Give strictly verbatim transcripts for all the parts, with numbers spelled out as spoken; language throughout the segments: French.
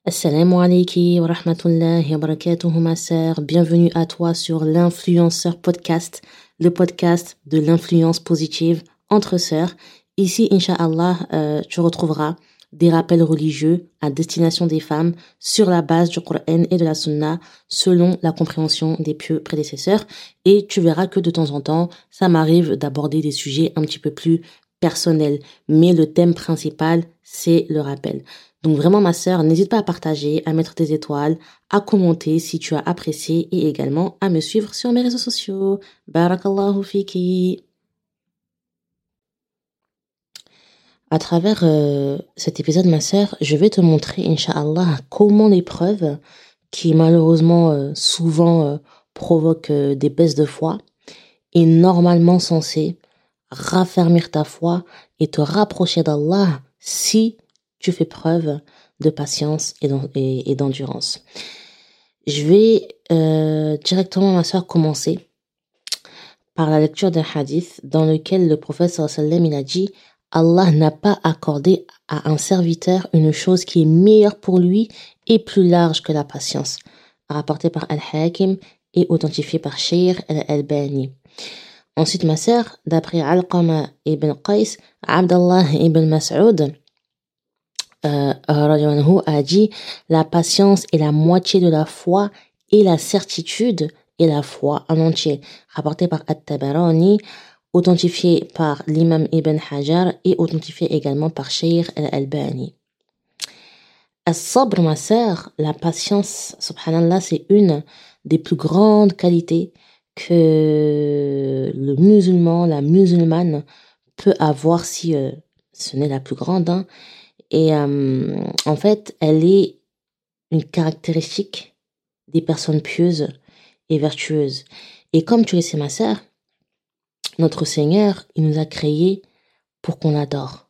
Assalamu alaikum wa rahmatullahi wa barakatuhu, ma sœur. Bienvenue à toi sur l'Influenceur Podcast, le podcast de l'influence positive entre sœurs. Ici, Inch'Allah, euh, tu retrouveras des rappels religieux à destination des femmes sur la base du Coran et de la Sunna selon la compréhension des pieux prédécesseurs. Et tu verras que de temps en temps, ça m'arrive d'aborder des sujets un petit peu plus personnels. Mais le thème principal, c'est le rappel. Donc vraiment, ma sœur, n'hésite pas à partager, à mettre des étoiles, à commenter si tu as apprécié et également à me suivre sur mes réseaux sociaux. Barakallahu fiki. À travers euh, cet épisode, ma sœur, je vais te montrer, Inch'Allah, comment l'épreuve, qui malheureusement euh, souvent euh, provoque euh, des baisses de foi, est normalement censée raffermir ta foi et te rapprocher d'Allah si tu fais preuve de patience et, et, et d'endurance. Je vais euh, directement, ma sœur, commencer par la lecture d'un hadith dans lequel le prophète sallallahu alayhi wa sallam, il a dit: Allah n'a pas accordé à un serviteur une chose qui est meilleure pour lui et plus large que la patience. Rapporté par Al-Hakim et authentifié par Shaykh Al-Albani. Ensuite, ma sœur, d'après Alqama ibn Qais, Abdallah ibn Mas'ud euh, a dit: la patience est la moitié de la foi et la certitude est la foi en entier. Rapporté par At-Tabarani, authentifié par l'imam Ibn Hajar et authentifié également par Shaykh Al-Albani. As-sabr, ma sœur, la patience, subhanallah, c'est une des plus grandes qualités que le musulman, la musulmane peut avoir, si euh, ce n'est la plus grande, hein. Et euh, en fait, elle est une caractéristique des personnes pieuses et vertueuses. Et comme tu le sais, ma sœur, notre Seigneur, il nous a créés pour qu'on l'adore.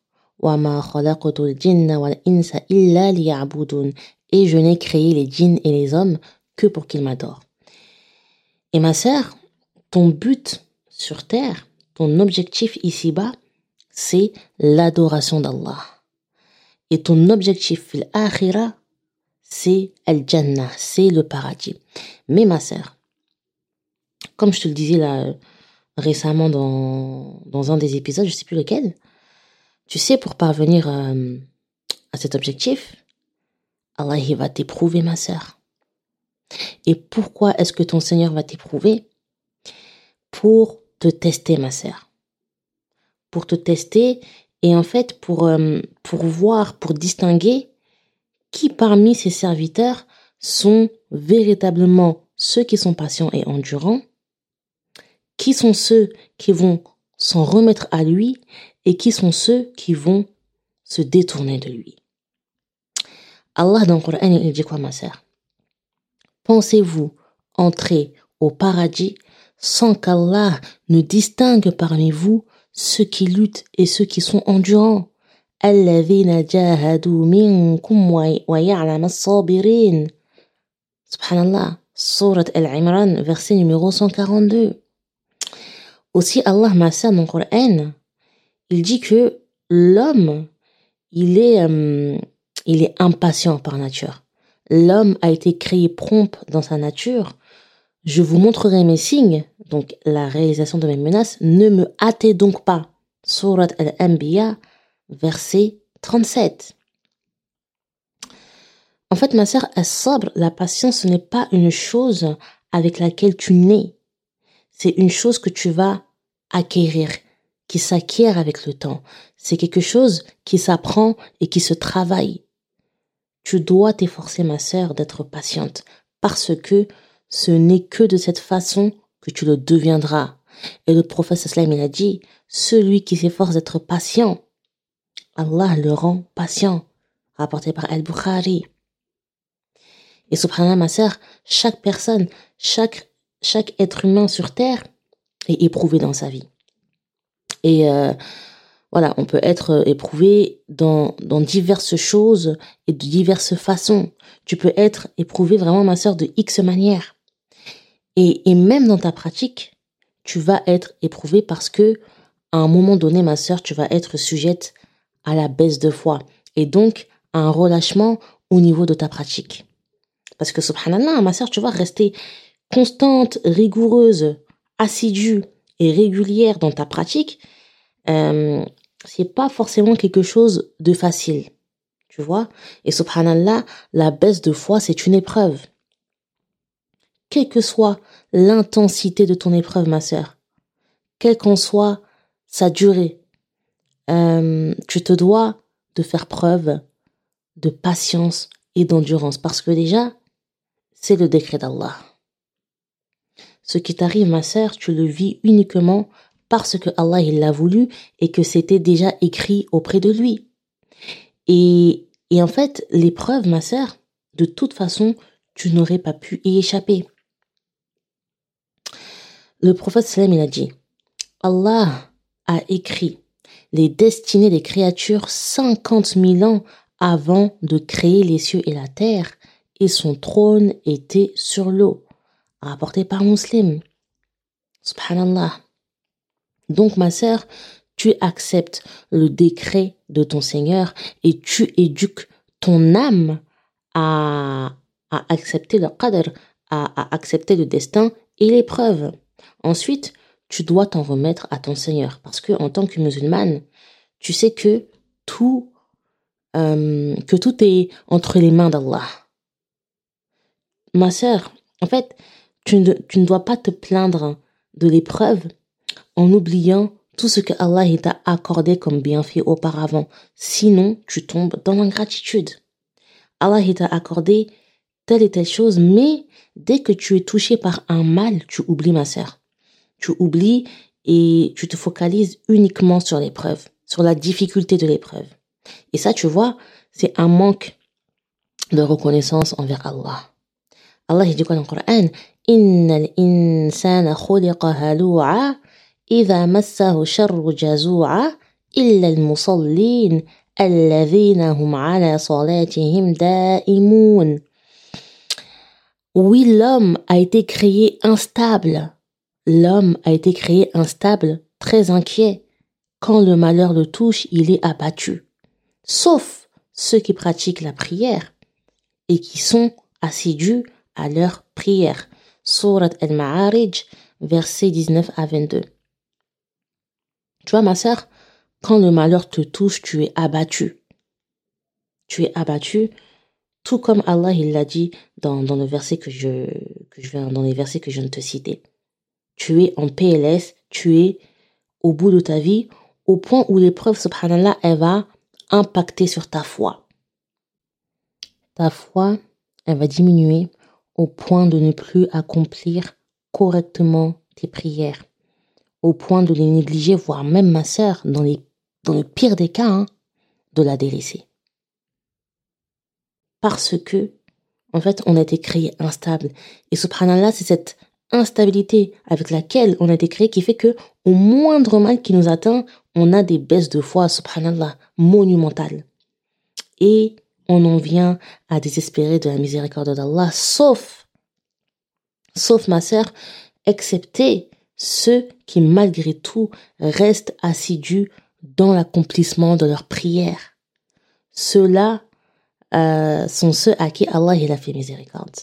Et je n'ai créé les djinns et les hommes que pour qu'ils m'adorent. Et ma sœur, ton but sur terre, ton objectif ici-bas, c'est l'adoration d'Allah. Et ton objectif fil akhira, c'est al-Jannah, c'est le paradis. Mais ma sœur, comme je te le disais là récemment dans, dans un des épisodes, je sais plus lequel, tu sais, pour parvenir euh, à cet objectif, Allah il va t'éprouver, ma sœur. Et pourquoi est-ce que ton Seigneur va t'éprouver? Pour te tester, ma sœur. Pour te tester et en fait pour, euh, pour voir, pour distinguer qui parmi ses serviteurs sont véritablement ceux qui sont patients et endurants, qui sont ceux qui vont s'en remettre à lui et qui sont ceux qui vont se détourner de lui. Allah dans le Coran, il dit quoi, ma sœur? Pensez-vous entrer au paradis sans qu'Allah ne distingue parmi vous ceux qui luttent et ceux qui sont endurants? الذين جاهدوا منكم ويعلم الصابرين. Subhanallah, sourate Al-Imran, verset numéro cent quarante-deux. Aussi, Allah, ma sœur, dans le Coran, il dit que l'homme, il est, euh, il est impatient par nature. L'homme a été créé prompt dans sa nature. Je vous montrerai mes signes, donc la réalisation de mes menaces. Ne me hâtez donc pas. Sourate Al-Anbiya, verset trente-sept. En fait, ma sœur, as-sabr, la patience, ce n'est pas une chose avec laquelle tu nais. C'est une chose que tu vas acquérir, qui s'acquiert avec le temps. C'est quelque chose qui s'apprend et qui se travaille. Tu dois t'efforcer, ma sœur, d'être patiente, parce que ce n'est que de cette façon que tu le deviendras. Et le prophète sallam, il a dit: celui qui s'efforce d'être patient, Allah le rend patient. Rapporté par Al-Bukhari. Et subhanallah, ma sœur, chaque personne, chaque, chaque être humain sur terre est éprouvé dans sa vie. Et euh, voilà, on peut être éprouvé dans, dans diverses choses et de diverses façons. Tu peux être éprouvé vraiment, ma sœur, de X manières. Et, et même dans ta pratique, tu vas être éprouvé parce que, à un moment donné, ma sœur, tu vas être sujette à la baisse de foi. Et donc, à un relâchement au niveau de ta pratique. Parce que subhanallah, ma sœur, tu vois, rester constante, rigoureuse, assidue et régulière dans ta pratique, euh, c'est pas forcément quelque chose de facile. Tu vois? Et subhanallah, la baisse de foi, c'est une épreuve. Quelle que soit l'intensité de ton épreuve, ma sœur, quelle qu'en soit sa durée, euh, tu te dois de faire preuve de patience et d'endurance. Parce que déjà, c'est le décret d'Allah. Ce qui t'arrive, ma sœur, tu le vis uniquement parce que Allah il l'a voulu et que c'était déjà écrit auprès de lui. Et, et en fait, l'épreuve, ma sœur, de toute façon, tu n'aurais pas pu y échapper. Le prophète sallam, il a dit, Allah a écrit les destinées des créatures cinquante mille ans avant de créer les cieux et la terre, et son trône était sur l'eau. Rapporté par Muslim. Subhanallah. Donc, ma sœur, tu acceptes le décret de ton Seigneur et tu éduques ton âme à, à accepter le qadr, à, à accepter le destin et l'épreuve. Ensuite, tu dois t'en remettre à ton Seigneur. Parce que en tant que musulmane, tu sais que tout, euh, que tout est entre les mains d'Allah. Ma sœur, en fait, tu ne, tu ne dois pas te plaindre de l'épreuve en oubliant tout ce que Allah t'a accordé comme bienfait auparavant. Sinon, tu tombes dans l'ingratitude. Allah t'a accordé telle et telle chose, mais dès que tu es touché par un mal, tu oublies, ma sœur. Tu oublies et tu te focalises uniquement sur l'épreuve, sur la difficulté de l'épreuve. Et ça, tu vois, c'est un manque de reconnaissance envers Allah. Allah dit quoi dans le Coran? Innal insana khuliqa halu'a idha massahu sharru jazu'a illa al-musallin alladhina hum ala salatihim da'imun. Oui, l'homme a été créé instable. L'homme a été créé instable, très inquiet. Quand le malheur le touche, il est abattu. Sauf ceux qui pratiquent la prière et qui sont assidus à leur prière. Surat Al-Ma'arij, versets dix-neuf à vingt-deux. Tu vois, ma sœur, quand le malheur te touche, tu es abattu. Tu es abattu, tout comme Allah il l'a dit dans, dans le verset que je, que je viens, dans les versets que je viens de te citer. Tu es en P L S, tu es au bout de ta vie, au point où l'épreuve, subhanallah, elle va impacter sur ta foi. Ta foi, elle va diminuer au point de ne plus accomplir correctement tes prières, au point de les négliger, voire même, ma sœur, dans, les, dans le pire des cas, hein, de la délaisser. Parce que, en fait, on a été créé instable. Et subhanallah, c'est cette instabilité avec laquelle on a été créé qui fait que, au moindre mal qui nous atteint, on a des baisses de foi, subhanallah, monumentales. Et on en vient à désespérer de la miséricorde d'Allah, sauf, sauf ma sœur, excepté ceux qui, malgré tout, restent assidus dans l'accomplissement de leurs prières. Ceux-là euh, sont ceux à qui Allah il a fait miséricorde.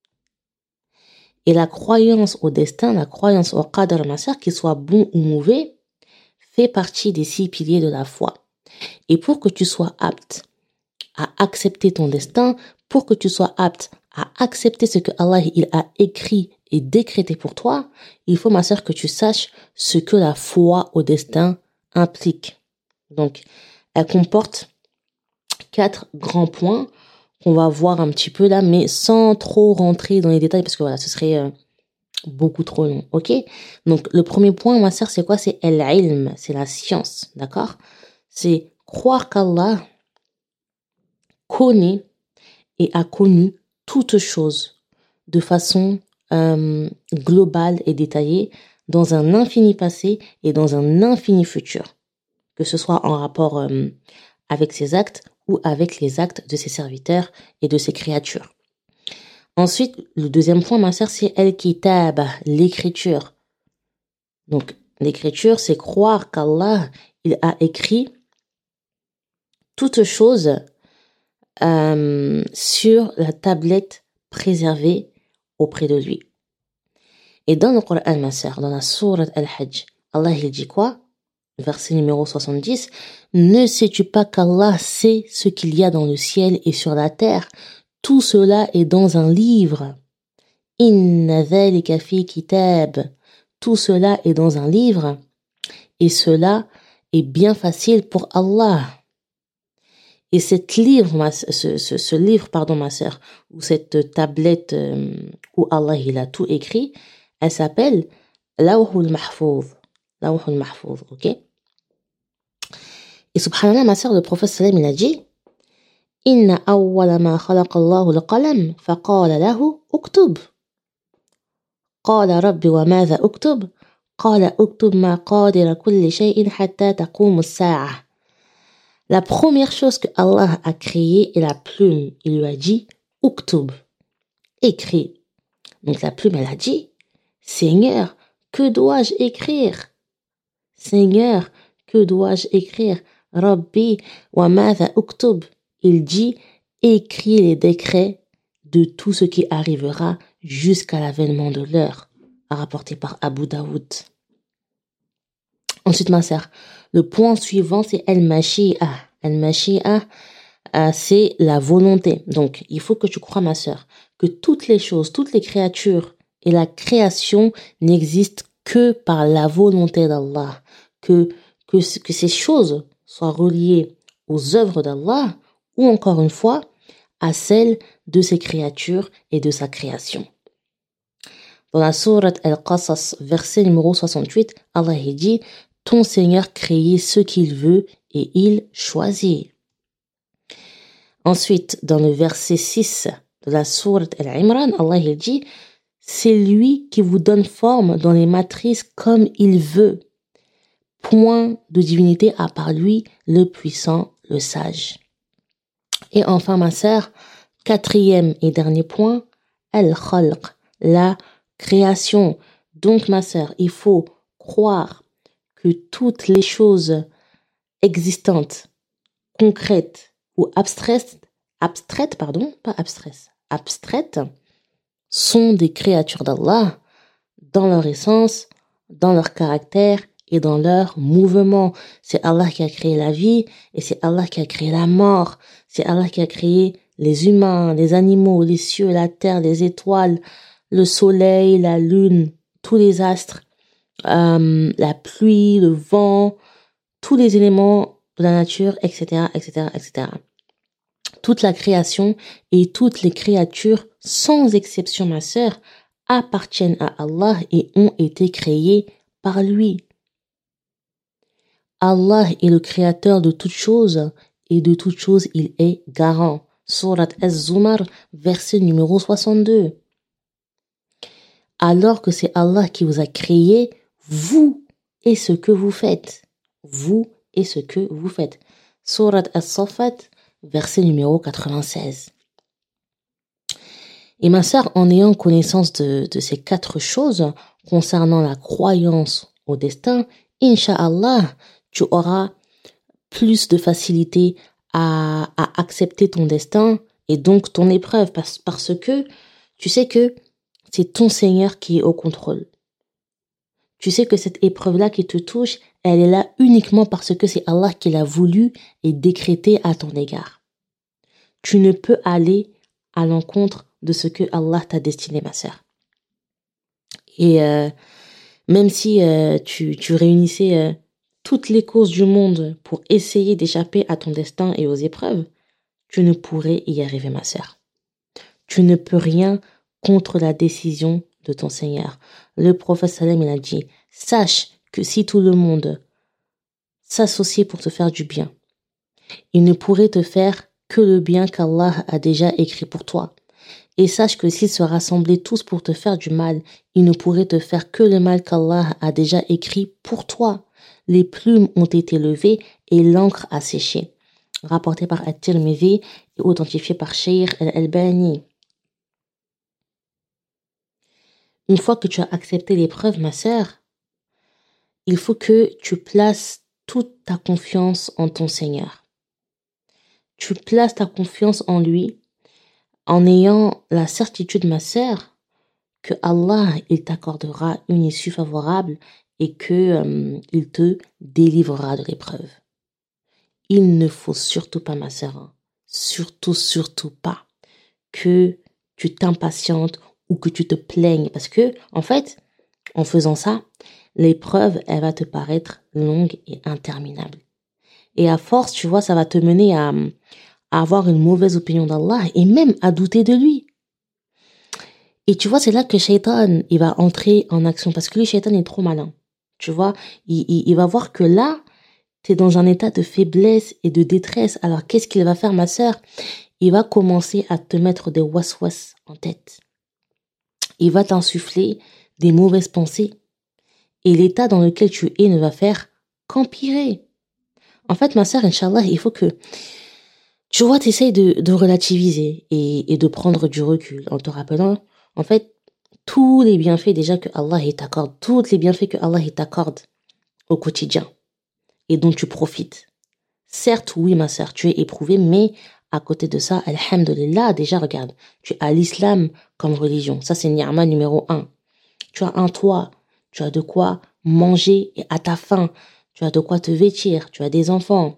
Et la croyance au destin, la croyance au qadr, ma sœur, qu'il soit bon ou mauvais, fait partie des six piliers de la foi. Et pour que tu sois apte à accepter ton destin, pour que tu sois apte à accepter ce que Allah il a écrit et décrété pour toi, il faut, ma sœur, que tu saches ce que la foi au destin implique. Donc, elle comporte quatre grands points qu'on va voir un petit peu là, mais sans trop rentrer dans les détails, parce que voilà, ce serait euh, beaucoup trop long, ok? Donc, le premier point, ma sœur, c'est quoi? C'est al-ilm, c'est la science, d'accord? C'est croire qu'Allah connaît et a connu toutes choses de façon euh, globale et détaillée dans un infini passé et dans un infini futur, que ce soit en rapport euh, avec ses actes ou avec les actes de ses serviteurs et de ses créatures. Ensuite, le deuxième point, ma sœur, c'est al-kitab, l'écriture. Donc, l'écriture, c'est croire qu'Allah, il a écrit toutes choses euh, sur la tablette préservée auprès de lui. Et dans le Coran, ma sœur, dans la sourate Al-Hajj, Allah il dit quoi? Verset numéro soixante-dix. Ne sais-tu pas qu'Allah sait ce qu'il y a dans le ciel et sur la terre? Tout cela est dans un livre. Inna dhalika fi kitab. Tout cela est dans un livre. Et cela est bien facile pour Allah. Et cette livre, ma, ce, ce, ce livre, pardon, ma sœur, ou cette tablette euh, où Allah il a tout écrit, elle s'appelle Lawhul Mahfouz. Lawhul Mahfouz, ok? Et subhanallah, ma sœur, le prophète sallam, il a dit Inna awwala ma khalaqa Allahu al-qalam faqala lahu uktub. Qala rabbi wa madha uktub? Qala uktub maqadira kulli shay'in hatta taqum as-sa'ah. La première chose que Allah a créée est la plume. Il lui a dit uktub, écris. Donc la plume, elle a dit Seigneur, que dois-je écrire? Seigneur, que dois-je écrire? Rabbi wa madha uktub. Il dit, écris les décrets de tout ce qui arrivera jusqu'à l'avènement de l'heure, rapporté par Abu Daoud. Ensuite, ma sœur, le point suivant, c'est al-mashi'a. Al-mashi'a, euh, c'est la volonté. Donc, il faut que tu crois, ma sœur, que toutes les choses, toutes les créatures et la création n'existent que par la volonté d'Allah. Que, que, que ces choses soient reliées aux œuvres d'Allah ou encore une fois à celles de ses créatures et de sa création. Dans la sourate Al-Qasas, verset numéro soixante-huit, Allah dit « Ton Seigneur crée ce qu'il veut et il choisit ». Ensuite, dans le verset six de la sourate Al-Imran, Allah dit « C'est lui qui vous donne forme dans les matrices comme il veut. Point de divinité à part lui, le puissant, le sage. » Et enfin, ma sœur, quatrième et dernier point, Al-Khalq, la création. Donc, ma sœur, il faut croire que toutes les choses existantes, concrètes ou abstraites, abstraites, pardon, pas abstraites, abstraites, sont des créatures d'Allah dans leur essence, dans leur caractère et dans leur mouvement. C'est Allah qui a créé la vie et c'est Allah qui a créé la mort. C'est Allah qui a créé les humains, les animaux, les cieux, la terre, les étoiles, le soleil, la lune, tous les astres, euh, la pluie, le vent, tous les éléments de la nature, et cetera, et cetera, et cetera. Toute la création et toutes les créatures, sans exception, ma sœur, appartiennent à Allah et ont été créées par lui. Allah est le créateur de toutes choses et de toutes choses il est garant. Sourate Az-Zumar, verset numéro soixante-deux. Alors que c'est Allah qui vous a créé, vous et ce que vous faites. Vous et ce que vous faites. Sourate As-Saffat, verset numéro quatre-vingt-seize. Et ma sœur, en ayant connaissance de, de ces quatre choses concernant la croyance au destin, Inch'Allah, tu auras plus de facilité à, à accepter ton destin et donc ton épreuve parce, parce que tu sais que c'est ton Seigneur qui est au contrôle. Tu sais que cette épreuve-là qui te touche, elle est là uniquement parce que c'est Allah qui l'a voulu et décrété à ton égard. Tu ne peux aller à l'encontre de ce que Allah t'a destiné, ma sœur. Et euh, même si euh, tu, tu réunissais euh, toutes les causes du monde pour essayer d'échapper à ton destin et aux épreuves, tu ne pourrais y arriver, ma sœur. Tu ne peux rien contre la décision de ton Seigneur. Le prophète sallam, il a dit, sache que si tout le monde s'associait pour te faire du bien, il ne pourrait te faire que le bien qu'Allah a déjà écrit pour toi. Et sache que s'ils se rassemblaient tous pour te faire du mal, ils ne pourraient te faire que le mal qu'Allah a déjà écrit pour toi. Les plumes ont été levées et l'encre a séché. Rapporté par At-Tirmidhi et authentifié par Cheikh Al-Albani. Une fois que tu as accepté l'épreuve, ma sœur, il faut que tu places toute ta confiance en ton Seigneur. tu places ta confiance en lui en ayant la certitude, ma sœur, que Allah, il t'accordera une issue favorable et que euh, il te délivrera de l'épreuve. Il ne faut surtout pas, ma sœur, hein, surtout, surtout pas, que tu t'impatientes ou que tu te plaignes. Parce que, en fait, en faisant ça, l'épreuve, elle va te paraître longue et interminable. Et à force, tu vois, ça va te mener à, à avoir une mauvaise opinion d'Allah et même à douter de lui. Et tu vois, c'est là que Shaitan, il va entrer en action parce que lui, Shaitan est trop malin. Tu vois, il, il, il va voir que là, tu es dans un état de faiblesse et de détresse. Alors, qu'est-ce qu'il va faire, ma sœur? Il va commencer à te mettre des waswas en tête. Il va t'insuffler des mauvaises pensées. Et l'état dans lequel tu es ne va faire qu'empirer. En fait, ma sœur, Inch'Allah, il faut que, tu vois, tu essayes de, de relativiser et, et de prendre du recul en te rappelant, en fait, tous les bienfaits déjà que Allah t'accorde, tous les bienfaits que Allah t'accorde au quotidien et dont tu profites. Certes, oui, ma sœur, tu es éprouvée, mais à côté de ça, alhamdulillah, déjà, regarde, tu as l'islam comme religion. Ça, c'est ni'ma numéro un. Tu as un toit, tu as de quoi manger et à ta faim. Tu as de quoi te vêtir, tu as des enfants.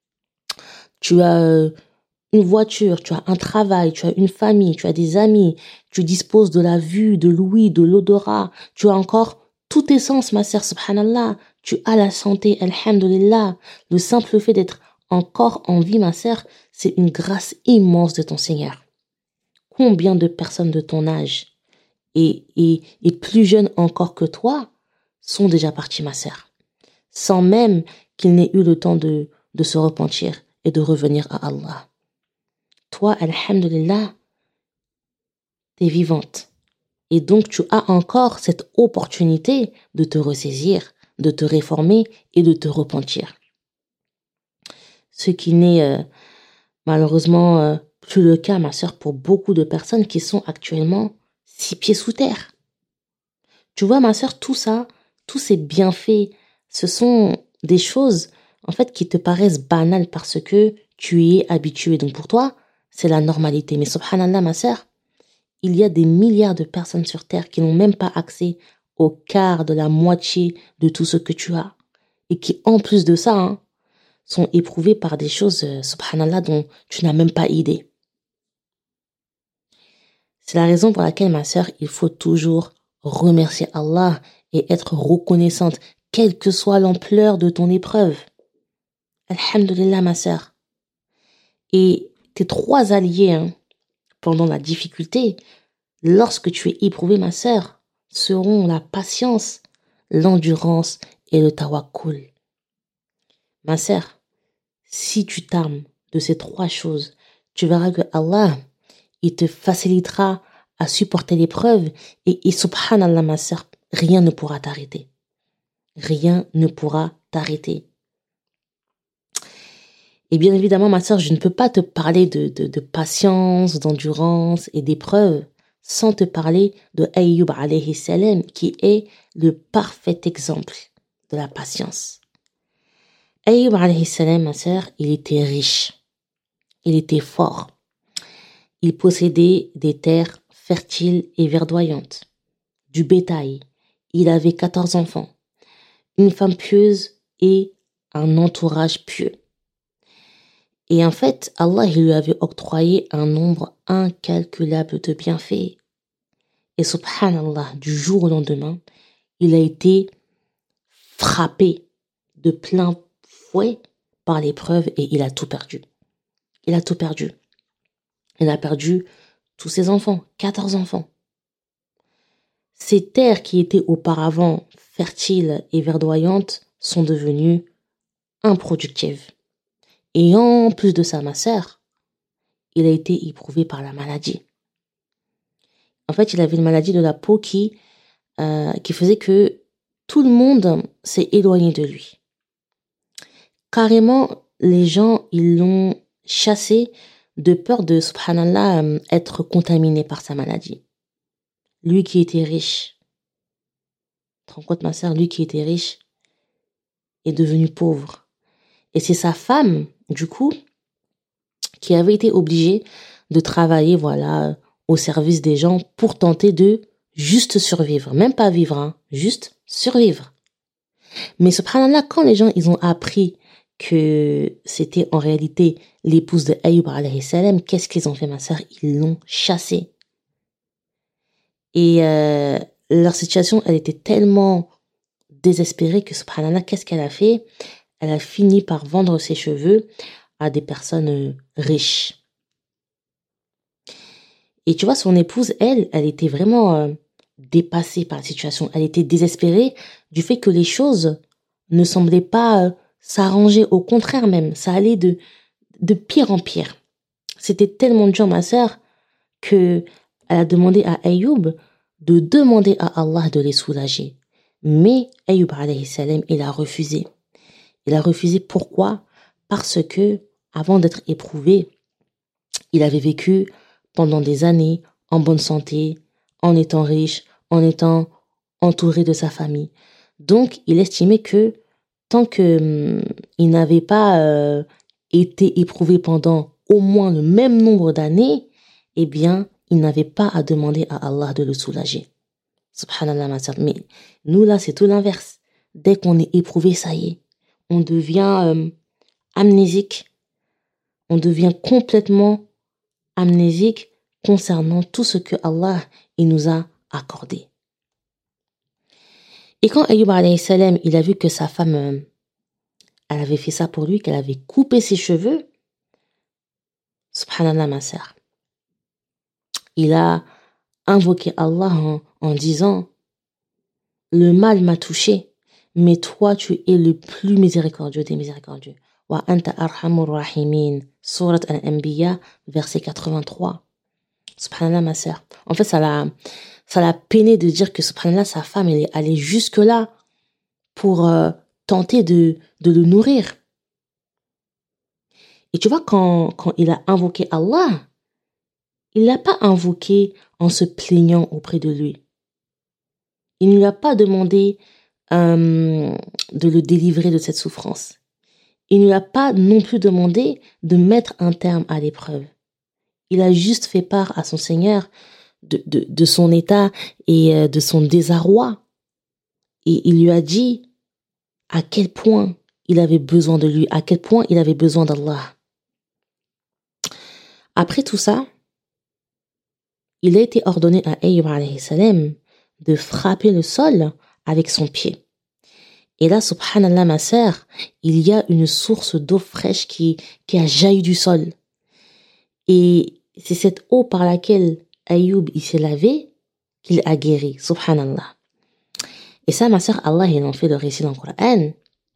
Tu as euh, une voiture, tu as un travail, tu as une famille, tu as des amis. Tu disposes de la vue, de l'ouïe, de l'odorat. Tu as encore tous tes sens, ma sœur, subhanallah. Tu as la santé, alhamdulillah. Le simple fait d'être encore en vie, ma sœur, c'est une grâce immense de ton Seigneur. Combien de personnes de ton âge et, et, et plus jeunes encore que toi sont déjà parties, ma sœur, sans même qu'ils n'aient eu le temps de, de se repentir et de revenir à Allah. Toi, alhamdulillah, t'es vivante. Et donc, tu as encore cette opportunité de te ressaisir, de te réformer et de te repentir. Ce qui n'est euh, malheureusement euh, plus le cas, ma sœur, pour beaucoup de personnes qui sont actuellement six pieds sous terre. Tu vois, ma sœur, tout ça, tous ces bienfaits, ce sont des choses, en fait, qui te paraissent banales parce que tu y es habitué. Donc pour toi, c'est la normalité. Mais subhanallah, ma sœur, il y a des milliards de personnes sur Terre qui n'ont même pas accès au quart de la moitié de tout ce que tu as. Et qui, en plus de ça, hein, sont éprouvées par des choses, euh, subhanallah, dont tu n'as même pas idée. C'est la raison pour laquelle, ma sœur, il faut toujours remercier Allah et être reconnaissante, quelle que soit l'ampleur de ton épreuve. Alhamdulillah, ma sœur. Et tes trois alliés, hein, pendant la difficulté, lorsque tu es éprouvée, ma sœur, seront la patience, l'endurance et le tawakkul. Ma sœur, si tu t'armes de ces trois choses, tu verras que Allah, il te facilitera à supporter l'épreuve et, et subhanallah, ma sœur, rien ne pourra t'arrêter. Rien ne pourra t'arrêter. Et bien évidemment, ma sœur, je ne peux pas te parler de, de, de patience, d'endurance et d'épreuve sans te parler de Ayyub alayhi salam, qui est le parfait exemple de la patience. Ayyub alayhi salam, ma sœur, il était riche. Il était fort. Il possédait des terres fertiles et verdoyantes, du bétail. Il avait quatorze enfants, une femme pieuse et un entourage pieux. Et en fait, Allah il lui avait octroyé un nombre incalculable de bienfaits. Et subhanallah, du jour au lendemain, il a été frappé de plein fouet par l'épreuve et il a tout perdu. Il a tout perdu. Il a perdu tous ses enfants, quatorze enfants. Ces terres qui étaient auparavant fertiles et verdoyantes sont devenues improductives. Et en plus de ça, ma sœur, il a été éprouvé par la maladie. En fait, il avait une maladie de la peau qui, euh, qui faisait que tout le monde s'est éloigné de lui. Carrément, les gens, ils l'ont chassé de peur de, subhanallah, euh, être contaminé par sa maladie. Lui qui était riche, tu te rends compte, ma sœur, lui qui était riche est devenu pauvre. Et c'est sa femme, du coup, qui avait été obligé de travailler, voilà, au service des gens pour tenter de juste survivre. Même pas vivre, hein, juste survivre. Mais subhanallah, quand les gens, ils ont appris que c'était en réalité l'épouse de Ayyub alayhi salam, qu'est-ce qu'ils ont fait, ma sœur? Ils l'ont chassée. Et euh, leur situation, elle était tellement désespérée que subhanallah, qu'est-ce qu'elle a fait? Elle a fini par vendre ses cheveux à des personnes riches. Et tu vois, son épouse, elle, elle était vraiment euh, dépassée par la situation. Elle était désespérée du fait que les choses ne semblaient pas euh, s'arranger. Au contraire même, ça allait de, de pire en pire. C'était tellement dur, ma sœur, que elle a demandé à Ayoub de demander à Allah de les soulager. Mais Ayoub alayhi salam, il a refusé. Il a refusé pourquoi? Parce que, avant d'être éprouvé, il avait vécu pendant des années en bonne santé, en étant riche, en étant entouré de sa famille. Donc, il estimait que tant que hum, il n'avait pas euh, été éprouvé pendant au moins le même nombre d'années, eh bien, il n'avait pas à demander à Allah de le soulager. Subhanallah, ma sœur. Mais nous, là, c'est tout l'inverse. Dès qu'on est éprouvé, ça y est, on devient euh, amnésique. On devient complètement amnésique concernant tout ce que Allah il nous a accordé. Et quand Ayyub alayhi salam, il a vu que sa femme, euh, elle avait fait ça pour lui, qu'elle avait coupé ses cheveux, subhanallah, ma sœur, il a invoqué Allah en, en disant, le mal m'a touché, mais toi, tu es le plus miséricordieux des miséricordieux. Wa anta arhamur rahimin. Surat Al-Anbiya, verset quatre-vingt-trois. Subhanallah, ma sœur. En fait, ça l'a, ça l'a peiné de dire que, subhanallah, sa femme, elle est allée jusque-là pour euh, tenter de, de le nourrir. Et tu vois, quand, quand il a invoqué Allah, il l'a pas invoqué en se plaignant auprès de lui. Il ne lui a pas demandé euh, de le délivrer de cette souffrance. Il ne lui a pas non plus demandé de mettre un terme à l'épreuve. Il a juste fait part à son Seigneur de, de, de son état et de son désarroi. Et il lui a dit à quel point il avait besoin de lui, à quel point il avait besoin d'Allah. Après tout ça, il a été ordonné à Ayyub alayhi salam de frapper le sol avec son pied. Et là, subhanallah, ma sœur, il y a une source d'eau fraîche qui, qui a jailli du sol. Et c'est cette eau par laquelle Ayyub il s'est lavé qu'il a guéri, subhanallah. Et ça, ma sœur, Allah, il en fait le récit dans le Coran.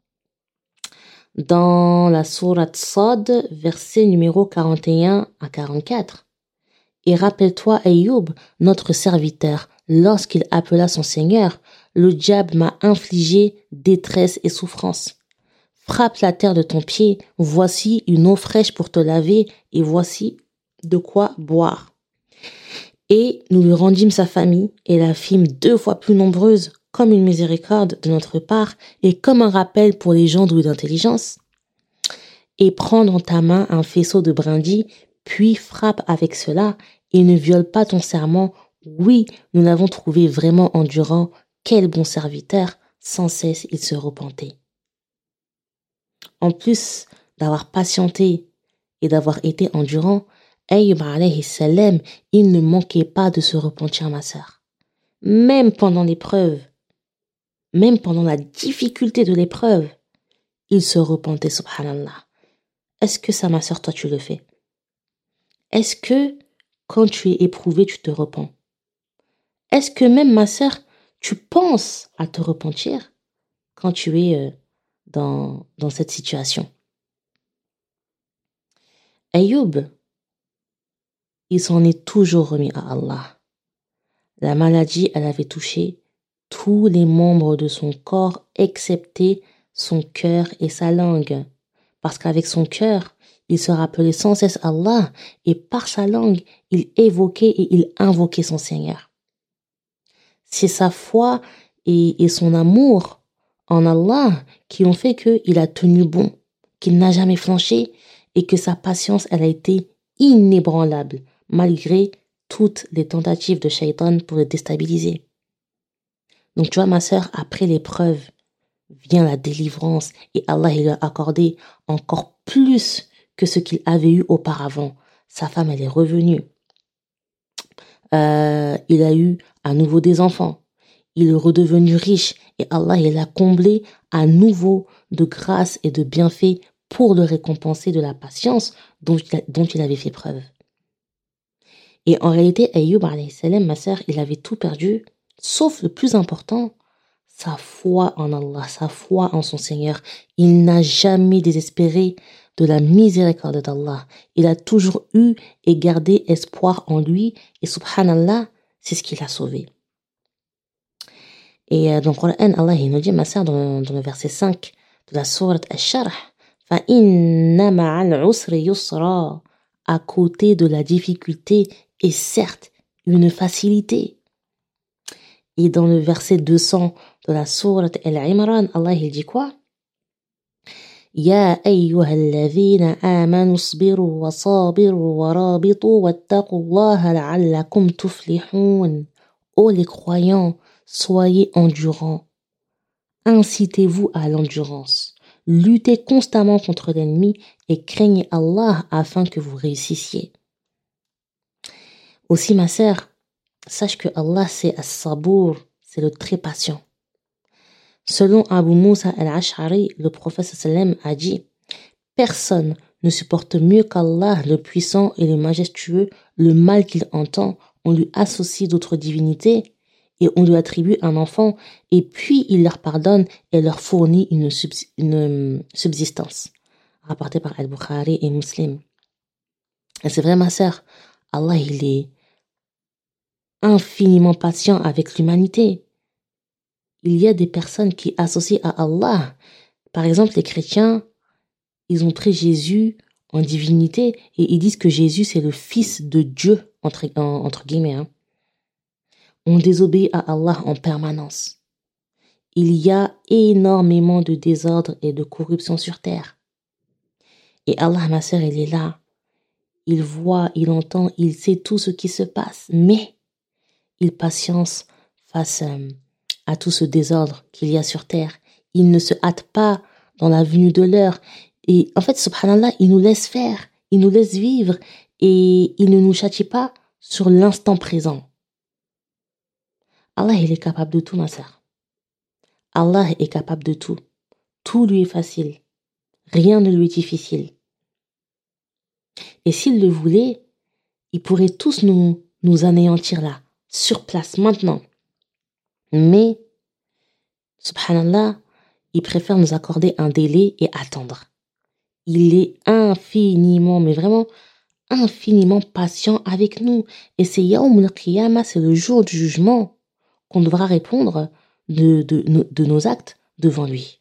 Dans la sourate Sad, verset numéro quarante et un à quarante-quatre. Et rappelle-toi, Ayyub, notre serviteur, lorsqu'il appela son Seigneur, le diable m'a infligé détresse et souffrance. Frappe la terre de ton pied, voici une eau fraîche pour te laver, et voici de quoi boire. Et nous lui rendîmes sa famille, et la fîmes deux fois plus nombreuse, comme une miséricorde de notre part, et comme un rappel pour les gens doués d'intelligence. Et prends dans ta main un faisceau de brindilles, puis frappe avec cela, et ne viole pas ton serment. Oui, nous l'avons trouvé vraiment endurant. Quel bon serviteur, sans cesse il se repentait. En plus d'avoir patienté et d'avoir été endurant, Ayyub alayhi salam, il ne manquait pas de se repentir, ma sœur. Même pendant l'épreuve, même pendant la difficulté de l'épreuve, il se repentait, subhanallah. Est-ce que ça, ma sœur, toi, tu le fais? Est-ce que, quand tu es éprouvé, tu te repens? Est-ce que même, ma sœur, tu penses à te repentir quand tu es euh, dans, dans cette situation? Ayyub, il s'en est toujours remis à Allah. La maladie, elle avait touché tous les membres de son corps, excepté son cœur et sa langue. Parce qu'avec son cœur, il se rappelait sans cesse Allah, et par sa langue, il évoquait et il invoquait son Seigneur. C'est sa foi et, et son amour en Allah qui ont fait qu'il a tenu bon, qu'il n'a jamais flanché et que sa patience, elle a été inébranlable, malgré toutes les tentatives de Shaitan pour le déstabiliser. Donc tu vois ma sœur, après l'épreuve, vient la délivrance et Allah il a accordé encore plus que ce qu'il avait eu auparavant. Sa femme, elle est revenue. Euh, il a eu à nouveau des enfants. Il est redevenu riche et Allah il l'a comblé à nouveau de grâce et de bienfaits pour le récompenser de la patience dont il, a, dont il avait fait preuve. Et en réalité, Ayyub alayhi salam, ma sœur, il avait tout perdu, sauf le plus important, sa foi en Allah, sa foi en son Seigneur. Il n'a jamais désespéré de la miséricorde d'Allah. Il a toujours eu et gardé espoir en lui. Et subhanallah, c'est ce qui l'a sauvé. Et euh, dans le Coran, Allah il nous dit, ma sœur, dans, dans le verset cinq de la sourate Ash-Sharh, « Fa'inna ma'al usri yusra » à côté de la difficulté est certes une facilité. Et dans le verset deux cents de la sourate Al-Imran, Allah il dit quoi? Ya ayyuhalladhina amanu sabiru wa sabiru wa rabitu wattaqullaha la'allakum tuflihun. Ô les croyants, soyez endurants. Incitez-vous à l'endurance. Luttez constamment contre l'ennemi et craignez Allah afin que vous réussissiez. Aussi ma sœur, sache que Allah c'est as-sabour, c'est le très patient. Selon Abu Musa al-Ash'ari, le prophète sallam a dit « Personne ne supporte mieux qu'Allah, le puissant et le majestueux, le mal qu'il entend. On lui associe d'autres divinités et on lui attribue un enfant et puis il leur pardonne et leur fournit une, subs- une subsistance. » Rapporté par Al-Bukhari et Muslim. Et c'est vrai ma sœur, Allah il est infiniment patient avec l'humanité. Il y a des personnes qui associent à Allah. Par exemple, les chrétiens, ils ont pris Jésus en divinité et ils disent que Jésus, c'est le fils de Dieu, entre, en, entre guillemets. Hein. On désobéit à Allah en permanence. Il y a énormément de désordre et de corruption sur terre. Et Allah, ma sœur, il est là. Il voit, il entend, il sait tout ce qui se passe. Mais il patience face euh, à tout ce désordre qu'il y a sur terre. Il ne se hâte pas dans la venue de l'heure. Et en fait, subhanallah, il nous laisse faire, il nous laisse vivre et il ne nous châtie pas sur l'instant présent. Allah, il est capable de tout, ma sœur. Allah est capable de tout. Tout lui est facile. Rien ne lui est difficile. Et s'il le voulait, il pourrait tous nous, nous anéantir là, sur place, maintenant. Mais, subhanallah, il préfère nous accorder un délai et attendre. Il est infiniment, mais vraiment infiniment patient avec nous. Et c'est Yawm al-Qiyamah, c'est le jour du jugement qu'on devra répondre de, de, de, de nos actes devant lui.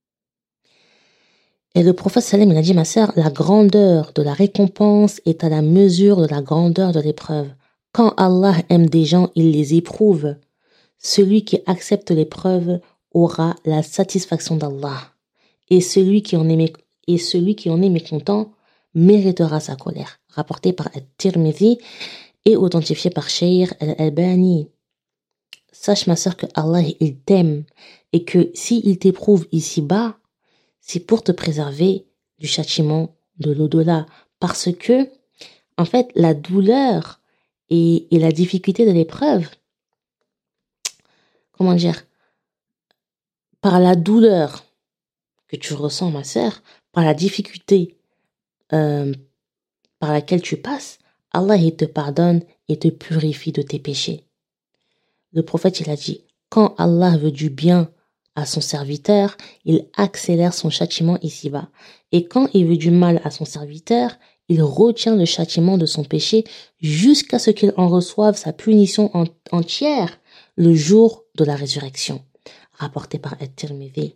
Et le prophète sallam, il a dit, ma sœur, la grandeur de la récompense est à la mesure de la grandeur de l'épreuve. Quand Allah aime des gens, il les éprouve. Celui qui accepte l'épreuve aura la satisfaction d'Allah. Et celui qui en est, mé- et celui qui en est mécontent méritera sa colère. Rapporté par At-Tirmidhi et authentifié par Shaykh Al-Albani. Sache, ma sœur, que Allah, il t'aime et que s'il t'éprouve ici-bas, c'est pour te préserver du châtiment de l'au-delà. Parce que, en fait, la douleur et, et la difficulté de l'épreuve, comment dire, par la douleur que tu ressens, ma sœur, par la difficulté euh, par laquelle tu passes, Allah il te pardonne et te purifie de tes péchés. Le prophète, il a dit, quand Allah veut du bien à son serviteur, il accélère son châtiment ici-bas. Et quand il veut du mal à son serviteur, il retient le châtiment de son péché jusqu'à ce qu'il en reçoive sa punition en- entière le jour de la résurrection. Rapporté par At-Tirmidhi.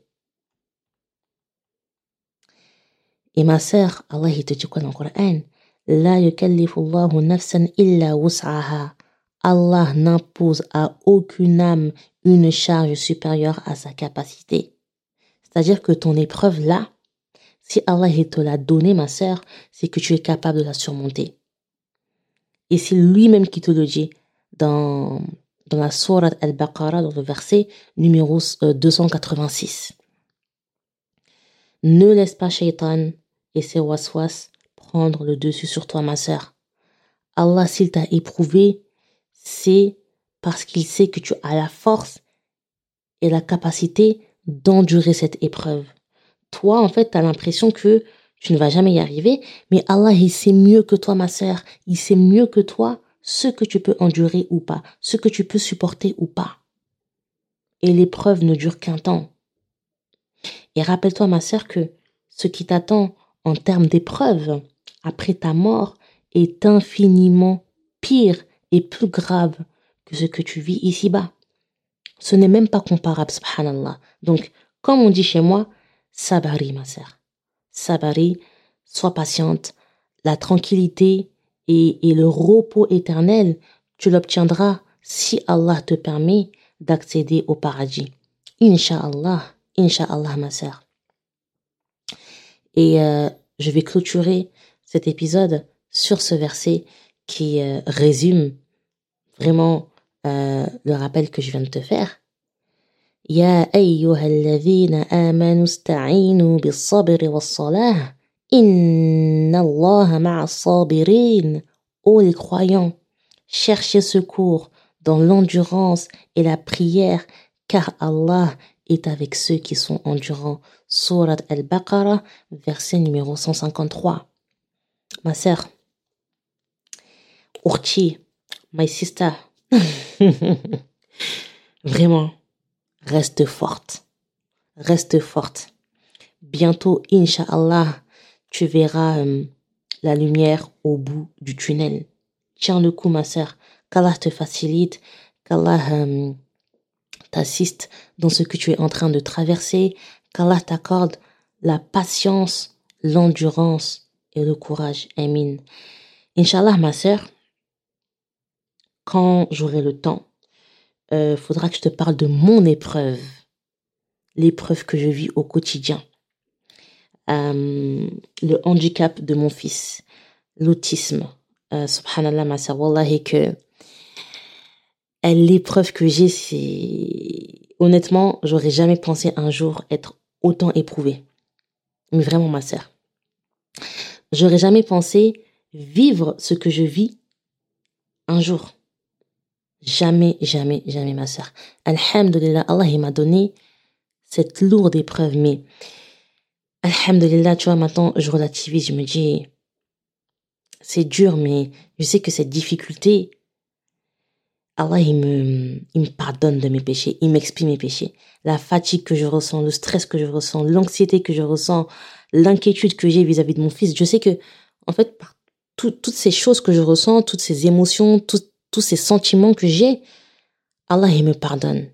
Et ma sœur, Allah il te dit quoi dans le Coran? La yukallifu Allahu nafsan illa wus'aha. Allah n'impose à aucune âme une charge supérieure à sa capacité. C'est-à-dire que ton épreuve là, Si Allah il te l'a donné, ma sœur, c'est que tu es capable de la surmonter. Et c'est lui-même qui te le dit dans, dans la sourate Al-Baqarah, dans le verset numéro deux cent quatre-vingt-six. Ne laisse pas Shaitan et ses waswas prendre le dessus sur toi, ma sœur. Allah, s'il t'a éprouvé, c'est parce qu'il sait que tu as la force et la capacité d'endurer cette épreuve. Toi, en fait, tu as l'impression que tu ne vas jamais y arriver, mais Allah, il sait mieux que toi, ma sœur. Il sait mieux que toi ce que tu peux endurer ou pas, ce que tu peux supporter ou pas. Et l'épreuve ne dure qu'un temps. Et rappelle-toi, ma sœur, que ce qui t'attend en termes d'épreuve après ta mort est infiniment pire et plus grave que ce que tu vis ici-bas. Ce n'est même pas comparable, subhanallah. Donc, comme on dit chez moi, sabari, ma sœur. Sabari, sois patiente. La tranquillité et, et le repos éternel, tu l'obtiendras si Allah te permet d'accéder au paradis. Inch'Allah, Inch'Allah, ma sœur. Et euh, je vais clôturer cet épisode sur ce verset qui euh, résume vraiment euh, le rappel que je viens de te faire. Ya ayyuhalladhina amanu ista'inu bis-sabri was-salah. Inna Allaha ma'as sabirin. Ô les croyants, cherchez secours dans l'endurance et la prière, car Allah est avec ceux qui sont endurants. Surat Al-Baqarah, verset numéro cent cinquante-trois. Ma sœur, Urchi, my sister, vraiment, reste forte, reste forte. Bientôt, Inch'Allah, tu verras euh, la lumière au bout du tunnel. Tiens le coup, ma sœur, qu'Allah te facilite, qu'Allah euh, t'assiste dans ce que tu es en train de traverser, qu'Allah t'accorde la patience, l'endurance et le courage. Amin. Inch'Allah, ma sœur, quand j'aurai le temps, euh, faudra que je te parle de mon épreuve, l'épreuve que je vis au quotidien. Euh, le handicap de mon fils, l'autisme. Euh, subhanallah, ma sœur, wallahi que l'épreuve que j'ai, c'est... Honnêtement, j'aurais jamais pensé un jour être autant éprouvée. Mais vraiment, ma sœur. J'aurais jamais pensé vivre ce que je vis un jour. Jamais, jamais, jamais, ma sœur. Alhamdulillah, Allah, il m'a donné cette lourde épreuve, mais alhamdulillah, tu vois, maintenant, je relativise, je me dis, c'est dur, mais je sais que cette difficulté, Allah, il me, il me pardonne de mes péchés, il m'expie mes péchés. La fatigue que je ressens, le stress que je ressens, l'anxiété que je ressens, l'inquiétude que j'ai vis-à-vis de mon fils, je sais que, en fait, par tout, toutes ces choses que je ressens, toutes ces émotions, tout, tous ces sentiments que j'ai, Allah, il me pardonne.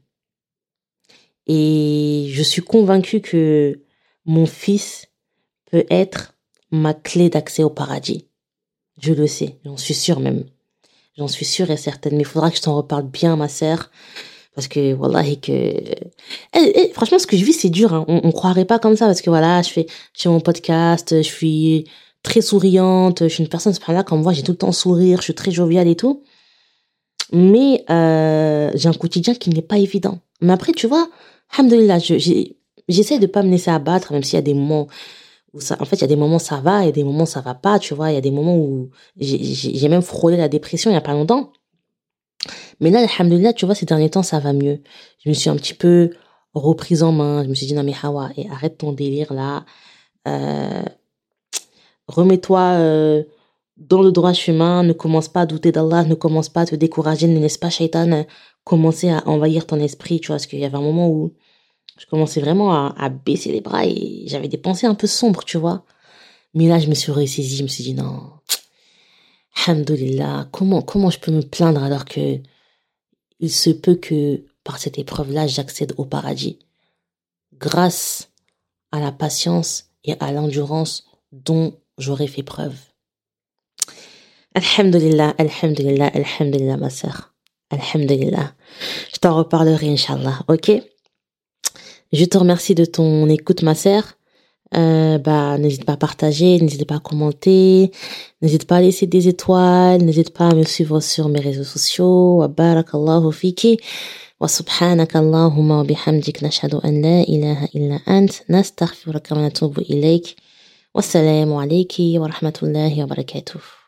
Et je suis convaincue que mon fils peut être ma clé d'accès au paradis. Je le sais, j'en suis sûre même. J'en suis sûre et certaine. Mais il faudra que je t'en reparle bien, ma sœur. Parce que, wallahi, que... Eh, eh, franchement, ce que je vis, c'est dur. Hein. On, on croirait pas comme ça. Parce que voilà, je fais, je fais mon podcast, je suis très souriante. Je suis une personne, c'est par là, comme moi, j'ai tout le temps sourire. Je suis très joviale et tout. Mais euh, j'ai un quotidien qui n'est pas évident. Mais après, tu vois, alhamdoulilah, je, j'ai, j'essaie de pas me laisser abattre, même s'il y a des moments où ça, en fait, il y a des moments où ça va et des moments où ça va pas, tu vois. Il y a des moments où j'ai, j'ai, j'ai même frôlé la dépression il y a pas longtemps. Mais là, alhamdoulilah, tu vois, ces derniers temps, ça va mieux. Je me suis un petit peu reprise en main. Je me suis dit, non mais Hawa, et arrête ton délire là. Euh, remets-toi... Euh, dans le droit chemin, ne commence pas à douter d'Allah, ne commence pas à te décourager, ne laisse pas Shaitan commencer à envahir ton esprit, tu vois, parce qu'il y avait un moment où je commençais vraiment à, à baisser les bras et j'avais des pensées un peu sombres, tu vois. Mais là, je me suis ressaisie, je me suis dit non, alhamdoulilah, comment, comment je peux me plaindre alors que il se peut que par cette épreuve-là, j'accède au paradis. Grâce à la patience et à l'endurance dont j'aurais fait preuve. Alhamdulillah, alhamdulillah, alhamdulillah, ma sœur. Alhamdulillah. Je t'en reparlerai, Inch'Allah, ok? Je te remercie de ton écoute, ma sœur. Euh, bah, n'hésite pas à partager, n'hésite pas à commenter, n'hésite pas à laisser des étoiles, n'hésite pas à me suivre sur mes réseaux sociaux. Wa barakallahu fiki. Wa subhanaka Allahumma wa bihamdik nashhadu an la ilaha illa ant nastaghfiruka wa natubu ilayk. Wassalamu alayki wa rahmatullahi wa barakatuh.